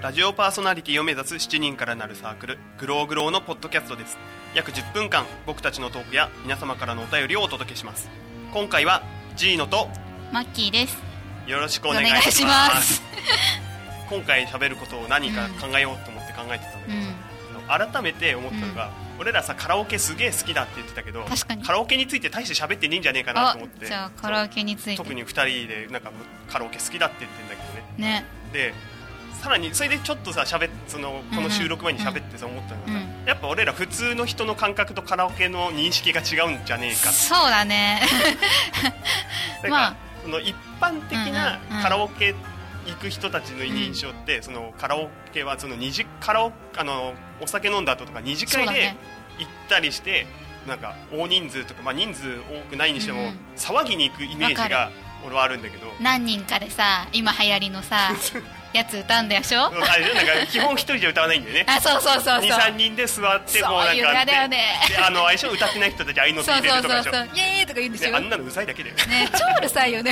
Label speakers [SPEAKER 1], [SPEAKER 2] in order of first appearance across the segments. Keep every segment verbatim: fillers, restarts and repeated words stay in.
[SPEAKER 1] ラジオパーソナリティを目指すしちにんからなるサークルグローグローのポッドキャストです。約じゅっぷんかん僕たちのトークや皆様からのお便りをお届けします。今回はジーノと
[SPEAKER 2] マッキーです。
[SPEAKER 1] よろしくお願いします。
[SPEAKER 2] お願いします
[SPEAKER 1] 今回喋ることを何か考えようと思って考えてたんだけど、うん、改めて思ったのが、うん、俺らさカラオケすげえ好きだって言ってたけど、
[SPEAKER 2] 確かに
[SPEAKER 1] カラオケについて大して喋ってねえんじゃねえかなと思って。
[SPEAKER 2] じゃあカラオケについて
[SPEAKER 1] 特にふたりでなんかカラオケ好きだって言ってるんだけどね。
[SPEAKER 2] ね
[SPEAKER 1] でさらにそれでちょっとさ喋っそのこの収録前に喋ってさ思ったのがさ、うん、やっぱ俺ら普通の人の感覚とカラオケの認識が違うんじゃねえか。
[SPEAKER 2] そうだね
[SPEAKER 1] まあその一般的なカラオケ行く人たちの印象って、うん、そのカラオケはその二次カラオあのお酒飲んだ後とか二次会で行ったりして、ね、なんか大人数とか、まあ、人数多くないにしても、うん、騒ぎに行くイメージが俺はあるんだけど、
[SPEAKER 2] 何人かでさ今流行りのさやつ歌うんだよしょ。あ
[SPEAKER 1] れなんか基本一人じゃ歌わないんだよね。
[SPEAKER 2] あ、そうそうそうそう。
[SPEAKER 1] に、さんにんで座ってもうなんか
[SPEAKER 2] そういう歌だよね。
[SPEAKER 1] であの相性歌ってない人たちああいうのって入れるとかでしょ。
[SPEAKER 2] そうそうそうそう。イエーイとか言うんでしょ。
[SPEAKER 1] あんなのうざいだけだよ
[SPEAKER 2] ね。超うるさいよね。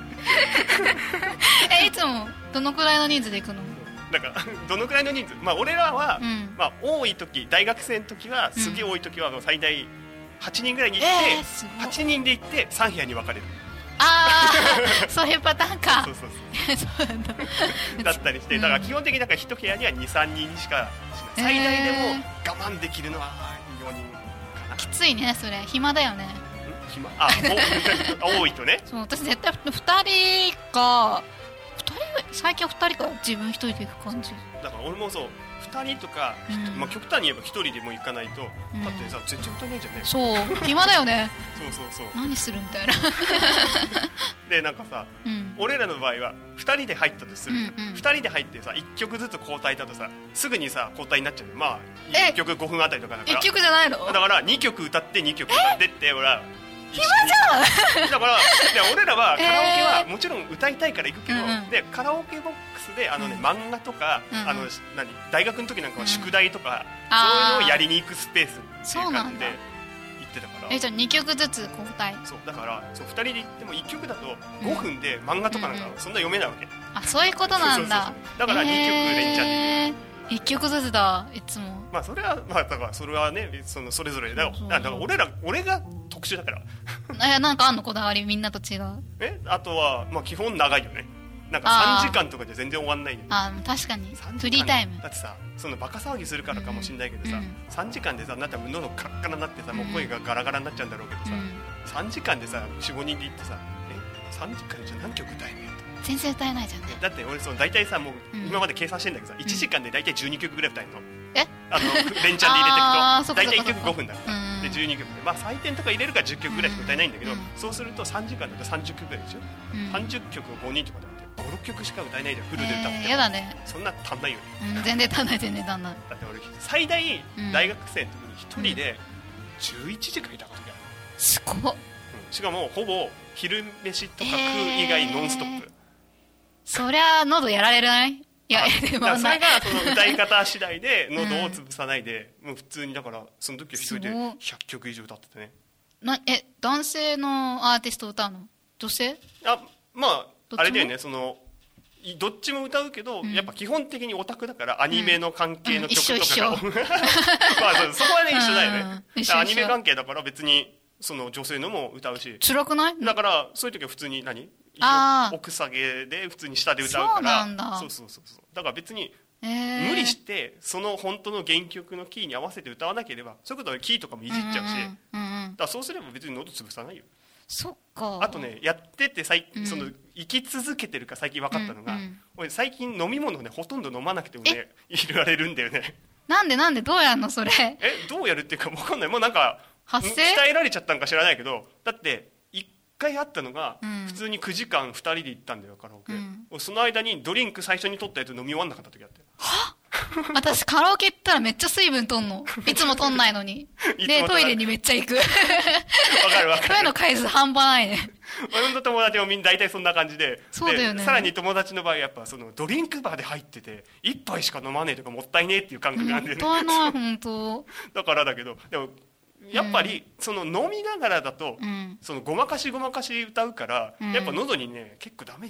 [SPEAKER 2] えいつもどのくらいの人数で行くの？
[SPEAKER 1] なんかどのくらいの人数、まあ俺らは、うん、まあ多い時大学生の時はすげえ多い時は最大はちにんぐらいに行って、えー、はちにんで行ってさん部屋に分かれる。
[SPEAKER 2] ああそういうパターンか。
[SPEAKER 1] そうそうそうそうなんだだったりして、だから基本的になんかいち部屋にはに、さんにんしかしない、最大でも我慢できるのはよにんかな。
[SPEAKER 2] きついねそれ。暇だよね。
[SPEAKER 1] 暇あ多いとね。
[SPEAKER 2] そう私絶対ふたりかふたり最近はふたりか自分ひとりで行く感じ
[SPEAKER 1] だから。俺もそうふたりとか、うんまあ、極端に言えばひとりでも行かないと、うん、だってさ全然歌えないじゃんね。
[SPEAKER 2] そう暇だよね
[SPEAKER 1] そうそうそう
[SPEAKER 2] 何するみたいな
[SPEAKER 1] でなんかさ、うん、俺らの場合はふたりで入ったとする、うんうん、ふたりで入ってさいっきょくずつ交代だとさすぐにさ交代になっちゃう。まあいっきょくごふんあたりとかだから
[SPEAKER 2] いっきょくじゃないの。
[SPEAKER 1] だからにきょく歌ってにきょく歌ってって俺は
[SPEAKER 2] 暇じゃん
[SPEAKER 1] だから俺らはカラオケはもちろん歌いたいから行くけど、えー、でカラオケボックスであの、ねうん、漫画とか、うん、あの何大学の時なんかは宿題とか、うん、そういうのをやりに行くスペースっていう感じで行ってたから。
[SPEAKER 2] えじゃあにきょくずつ交代。
[SPEAKER 1] そうだからそうふたりで行ってもいっきょくだとごふんで漫画とかなんかそんな読めないわけ、うんうんうん、
[SPEAKER 2] あそういうことなんだ。そうそうそう
[SPEAKER 1] だからにきょく連チャンで行く、
[SPEAKER 2] えー、いっきょくずつだいつも。
[SPEAKER 1] まあそれはまあだからそれはねそのそれぞれだよ。だから俺ら俺が特殊だから
[SPEAKER 2] えなんかあんのこだわりみんなと違う。
[SPEAKER 1] えあとはまあ基本長いよね。なんかさんじかんとかじゃ全然終わんないよね。
[SPEAKER 2] あ確かにフリータイム
[SPEAKER 1] だってさそのバカ騒ぎするからかもしれないけどさ、うん、さんじかんでさなったら喉カラカラになってさ、うん、もう声がガラガラになっちゃうんだろうけどさ、うん、さんじかんでさ よん、ごにんで行ってさえさんじかんでじゃあ何曲歌えねえと
[SPEAKER 2] 全然歌えないじゃんね。
[SPEAKER 1] だって俺その大体さもう今まで計算してんだけどさ、うん、いちじかんで大体じゅうにきょくぐらい歌えるの。
[SPEAKER 2] え
[SPEAKER 1] あの連チャンで入れていくと大体いっきょくごふんだから、
[SPEAKER 2] うん、
[SPEAKER 1] でじゅうにきょくでまあ採点とか入れるからじゅっきょくぐらいしか歌えないんだけど、うん、そうするとさんじかんだとさんじゅっきょくぐらいでしょ、うん、さんじゅっきょくをごにんとかだってご、ろっきょくしか歌えないでフルで歌って、
[SPEAKER 2] えー、やだね。
[SPEAKER 1] そんな足んないよね、
[SPEAKER 2] うん、全然足んない全然足んない。
[SPEAKER 1] だって俺最大大学生の時にひとりでじゅういちじかんいたことがある、
[SPEAKER 2] うん、すごっ、うん、
[SPEAKER 1] しかもほぼ昼飯とか食う以外ノンストップ、えー、
[SPEAKER 2] そりゃ喉やられない。いや
[SPEAKER 1] でもそれがその歌い方次第で喉を潰さないで、うん、もう普通にだからその時は一人でひゃっきょく以上歌っててね。
[SPEAKER 2] なえ男性のアーティスト歌うの女性？
[SPEAKER 1] あまああれだよねそのどっちも歌うけど、うん、やっぱ基本的にオタクだからアニメの関係の曲とかが、うんうん、まあそこはね一緒だよね、うん、アニメ関係だから別にその女性のも歌うし辛
[SPEAKER 2] くない？
[SPEAKER 1] だからそういう時は普通に何奥下げで普通に下で歌うから。
[SPEAKER 2] そうなんだ。
[SPEAKER 1] そうそうそうそうだから別に無理してその本当の原曲のキーに合わせて歌わなければそういうことはキーとかもいじっちゃうし、うんうんうん、だからそうすれば別に喉潰さないよ。
[SPEAKER 2] そっか。
[SPEAKER 1] あとねやってて最近、うん、その生き続けてるか最近分かったのが、うんうん、俺最近飲み物ねほとんど飲まなくてもね入れられるんだよね。
[SPEAKER 2] なんでなんでどうやんのそれ。
[SPEAKER 1] えどうやるっていうか分かんない。もうなんか
[SPEAKER 2] 発声
[SPEAKER 1] 鍛えられちゃったんか知らないけどだっていっかいあったのが、うん、普通にくじかんふたりで行ったんだよカラオケ、うん、その間にドリンク最初に取ったやつ飲み終わんなかった時あったよ。
[SPEAKER 2] は私カラオケ行ったらめっちゃ水分取んのいつも取んないのにでトイレにめっちゃ行くわ
[SPEAKER 1] かるわかる。
[SPEAKER 2] トイレの回数半端ないね。
[SPEAKER 1] 俺の友達もみんな大体そんな感じで、
[SPEAKER 2] そうだよね。
[SPEAKER 1] さらに友達の場合やっぱそのドリンクバーで入ってていっぱいしか飲まねえとかもったいねえっていう感覚があるんだよね。
[SPEAKER 2] もったいない本当
[SPEAKER 1] だからだけどでもやっぱりその飲みながらだと、うん、そのごまかしごまかし歌うから、うん、やっぱ喉にね結構ダメージがある。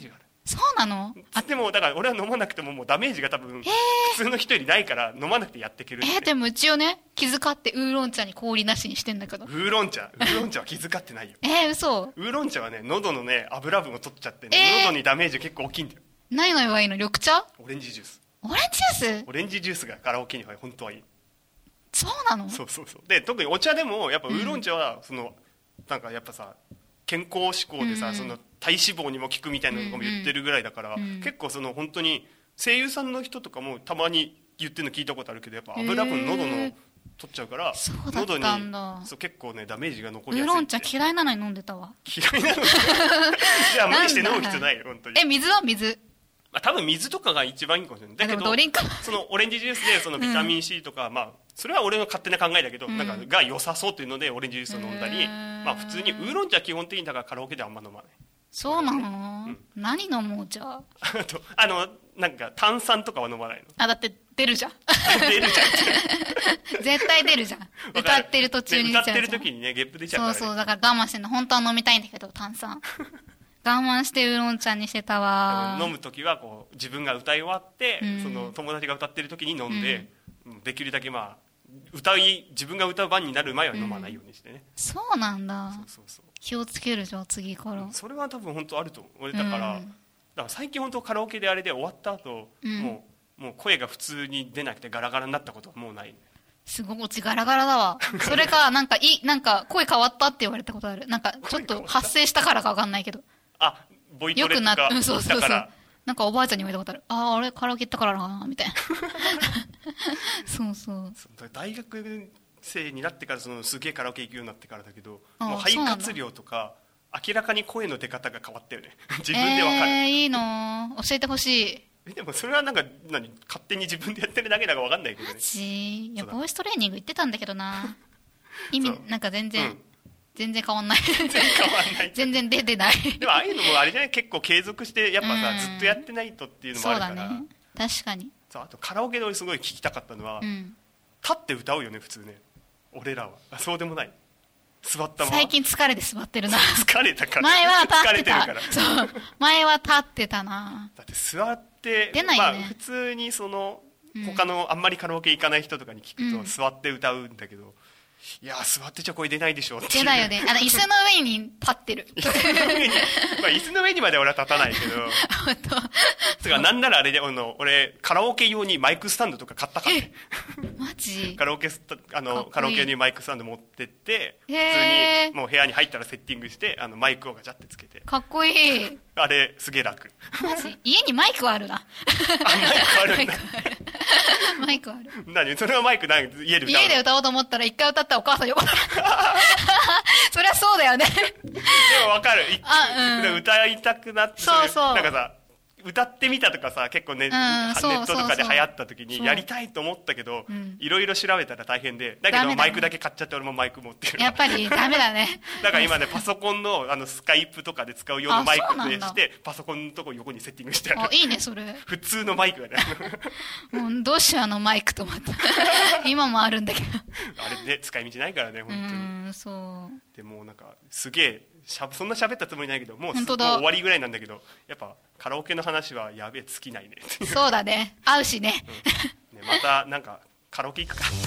[SPEAKER 2] そうなの？
[SPEAKER 1] でもだから俺は飲まなくてももうダメージが多分普通の人よりないから飲まなくてやっていける、ね、
[SPEAKER 2] えー、でもうちをね気遣ってウーロン茶に氷なしにしてんだけど。
[SPEAKER 1] ウーロン茶ウーロン茶は気遣ってないよ。
[SPEAKER 2] えー、嘘。
[SPEAKER 1] ウーロン茶はね喉のね油分を取っちゃってね、えー、喉にダメージ結構大きいんだよ。
[SPEAKER 2] 何飲めばいいの？緑茶？
[SPEAKER 1] オレンジジュース。
[SPEAKER 2] オレンジジュース？
[SPEAKER 1] オレンジジュースがカラオケには本当はいい。
[SPEAKER 2] そうなの？
[SPEAKER 1] そうそうそう。で特にお茶でもやっぱウーロン茶はその、うん、なんかやっぱさ健康志向でさ、うん、その体脂肪にも効くみたいなのも言ってるぐらいだから、うん、結構その本当に声優さんの人とかもたまに言ってるの聞いたことあるけどやっぱ油分喉の取っちゃうから喉にそう結構ねダメージが残りやすい。
[SPEAKER 2] ウーロン茶嫌いなのに飲んでたわ。
[SPEAKER 1] 嫌いなのじゃあ無理して飲む必要ないよ本当に。
[SPEAKER 2] え水は水？
[SPEAKER 1] まあ、多分水とかが一番いいかもしれない。だけど
[SPEAKER 2] ドリンク
[SPEAKER 1] そのオレンジジュースでそのビタミン C とか、うん、まあそれは俺の勝手な考えだけど、うん、なんかが良さそうというのでオレンジジュースを飲んだり、まあ普通にウーロン茶は基本的にだからカラオケではあんま飲まない。
[SPEAKER 2] そうなの、うん、何飲もうじゃあ。
[SPEAKER 1] あとあのなんか炭酸とかは飲まないの？
[SPEAKER 2] あだって出るじゃん
[SPEAKER 1] 出るじ
[SPEAKER 2] ゃん絶対出るじゃん歌ってる途中に出ちゃうじゃん。
[SPEAKER 1] 歌ってる時にねゲップ出ちゃうから、ね、
[SPEAKER 2] そうそうだから我慢してんの。本当は飲みたいんだけど炭酸我慢してウーロン茶にしてたわ。
[SPEAKER 1] 飲む時はこう自分が歌い終わって、うん、その友達が歌ってる時に飲んで、うん、できるだけまあ歌い自分が歌う番になる前は飲まないようにしてね、うん、
[SPEAKER 2] そうなんだ。
[SPEAKER 1] そうそうそう
[SPEAKER 2] 気をつけるじゃん次から。
[SPEAKER 1] それは多分本当あると思う。俺だから、うん、だから最近本当カラオケであれで終わった後、うん、もうもう声が普通に出なくてガラガラになったことはもうない。
[SPEAKER 2] すごいうちガラガラだわそれかなんかいなんか声変わったって言われたことある。なんかちょっと発声したからか分かんないけど
[SPEAKER 1] あボイトレとかよくな、うん、そうそうそう
[SPEAKER 2] なんかおばあちゃんに言われたことある。あああれカラオケ行ったからなみたいなそうそう
[SPEAKER 1] 大学生になってからそのすげえカラオケ行くようになってからだけどもう肺活量とか明らかに声の出方が変わったよね自分で分かる。
[SPEAKER 2] えー、いいの教えてほしい。
[SPEAKER 1] えでもそれはなんか何勝手に自分でやってるだけだか分かんないけどね。
[SPEAKER 2] マジいやボイストレーニング行ってたんだけどな意味なんか全然、うん、全然変わんない
[SPEAKER 1] 全然変わんない
[SPEAKER 2] 全然出てない
[SPEAKER 1] でもああいうのもあれじゃない結構継続してやっぱさ、うん、ずっとやってないとっていうのもあるから。そうだね
[SPEAKER 2] 確かに。
[SPEAKER 1] そうあとカラオケで俺すごい聞きたかったのは、うん、立って歌うよね普通ね俺らは。あそうでもない。座ったまま。
[SPEAKER 2] 最近疲れて座ってるな
[SPEAKER 1] 疲れたから
[SPEAKER 2] 前は立ってた。疲れてる
[SPEAKER 1] から
[SPEAKER 2] そう前は立ってたな。
[SPEAKER 1] だって座って
[SPEAKER 2] 出ないね、
[SPEAKER 1] まあ、普通にその他のあんまりカラオケ行かない人とかに聞くと、うん、座って歌うんだけどいや座ってちゃ声出ないでしょって
[SPEAKER 2] 出ないよね。あの椅子の上に立ってる
[SPEAKER 1] 椅子の上に、まあ、椅子の上にまで俺は立たないけど本当つかなんならあれであの俺カラオケ用にマイクスタンドとか買ったからね
[SPEAKER 2] マジ
[SPEAKER 1] カラオケスタあのカラオケ用にマイクスタンド持ってって普通にもう部屋に入ったらセッティングしてあのマイクをガチャってつけて
[SPEAKER 2] かっこいい。
[SPEAKER 1] あれすげえ楽。
[SPEAKER 2] マジ家にマイクあるなあ
[SPEAKER 1] マイクあるんだ
[SPEAKER 2] マイクある。
[SPEAKER 1] 何それはマイク何家で歌うの？
[SPEAKER 2] 家で歌おうと思ったら一回歌ったらお母さん呼ばれるそりゃそうだよね
[SPEAKER 1] でも分かるあ、うん、歌いたくなって
[SPEAKER 2] そうそう
[SPEAKER 1] なんかさ歌ってみたとかさ結構ね、うん、ネットとかで流行った時にやりたいと思ったけどいろいろ調べたら大変でだけどマイクだけ買っちゃって俺もマイク持ってる。
[SPEAKER 2] やっぱりダメだね
[SPEAKER 1] だから今ねパソコン の, あのスカイプとかで使う用のマイクでしてパソコンのとこ横にセッティングしてある。
[SPEAKER 2] あいいねそれ
[SPEAKER 1] 普通のマイクがね
[SPEAKER 2] もうどうしようあのマイクと思った今もあるんだけど
[SPEAKER 1] あれね使い道ないからね本当に。
[SPEAKER 2] うんそう
[SPEAKER 1] でもなんかすげえしゃそんな喋ったつもりないけどもうもう終わりぐらいなんだけどやっぱカラオケの話はやべえ尽きないね
[SPEAKER 2] そうだね合うしね、
[SPEAKER 1] うん、ねまたなんかカラオケ行くかい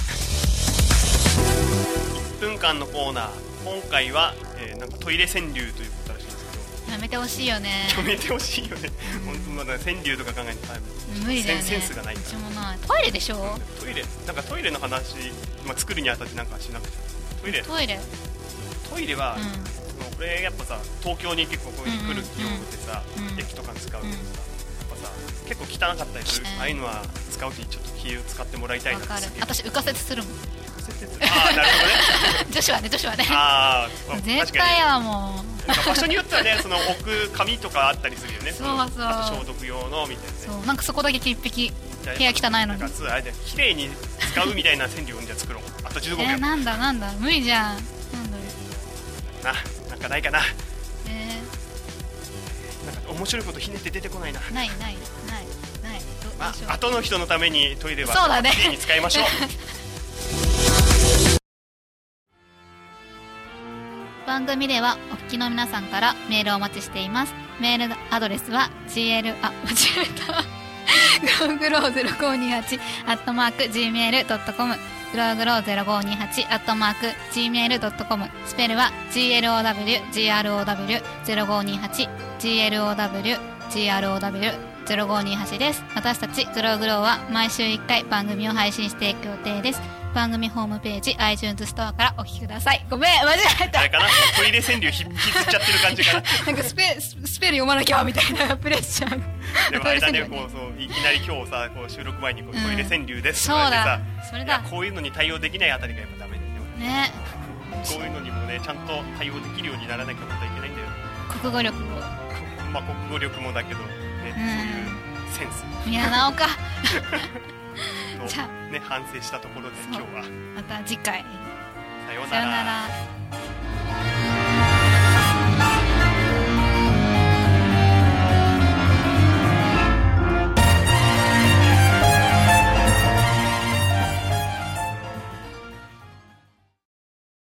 [SPEAKER 1] っぷんかんのコーナー今回は、えー、なんかトイレ川柳ということらしいんですけど
[SPEAKER 2] やめてほしいよね
[SPEAKER 1] やめてほしいよね本当まだ川柳とか考えて
[SPEAKER 2] 無理だよね
[SPEAKER 1] センスがないから。
[SPEAKER 2] うちもないトイレでしょ
[SPEAKER 1] トイレなんかトイレの話、まあ、作るにあたってなんかしなくてトイレ
[SPEAKER 2] トイレ
[SPEAKER 1] トイレは、うんこれやっぱさ東京に結構こういう来る用でさ、うんうん、駅とかに使うけどさ、うん、やっぱさ結構汚かったりする、うん、ああいうのは使う時にちょっと気を使ってもらいたいなって。
[SPEAKER 2] 私浮かせてするもん。
[SPEAKER 1] ああなるほどね
[SPEAKER 2] 女子はね女子はね
[SPEAKER 1] ああ
[SPEAKER 2] 絶対はもう
[SPEAKER 1] なんか場所によってはねその置く紙とかあったりするよね
[SPEAKER 2] そうそうあ
[SPEAKER 1] と消毒用のみたいなね
[SPEAKER 2] そうなんかそこだけ潔癖部屋汚いのに
[SPEAKER 1] なんかあれで綺麗に使うみたいな川柳をじゃ作ろうあとじゅうごびょう
[SPEAKER 2] えー、なんだなんだ無理じゃんなんだろ
[SPEAKER 1] うななんかないかな
[SPEAKER 2] え
[SPEAKER 1] ー、なんか面白いことひねって出てこないな
[SPEAKER 2] ないないないない
[SPEAKER 1] まあ後の人のためにトイレは
[SPEAKER 2] そうだね
[SPEAKER 1] 綺麗に使いましょう
[SPEAKER 2] 番組ではお聞きの皆さんからメールをお待ちしています。メールアドレスは gl あ間違えたグローグローゼロごーにーはちアットマーク ジーメールドットコム グローグローゼロごーにーはちアットマーク ジーメールドットコム スペルは グローグローゼロごーにーはち グローグローゼロごーにーはち です。私たちグローグローは毎週いっかい番組を配信していく予定です。番組ホームページ iTunes ストアからお聞きください。ごめん間違えた。
[SPEAKER 1] あれかな、トイレ川柳ひ引きずっちゃってる感じかな
[SPEAKER 2] なんかスペスペル読まなきゃみたいなプレッシャー
[SPEAKER 1] でもあれだね、こうそういきなり今日さこう収録前にこう、うん、トイレ川柳ですとか言ってさ、
[SPEAKER 2] それだ
[SPEAKER 1] こういうのに対応できないあたりがやっぱダメだよ
[SPEAKER 2] ね。
[SPEAKER 1] こういうのにもねちゃんと対応できるようにならなきゃまたいけないんだよ。
[SPEAKER 2] 国語力も
[SPEAKER 1] まあ国語力もだけどね、うん、そういうセンス
[SPEAKER 2] 宮直かじゃ
[SPEAKER 1] あね反省したところで今日は
[SPEAKER 2] また次回
[SPEAKER 1] さようなら。
[SPEAKER 2] さようなら。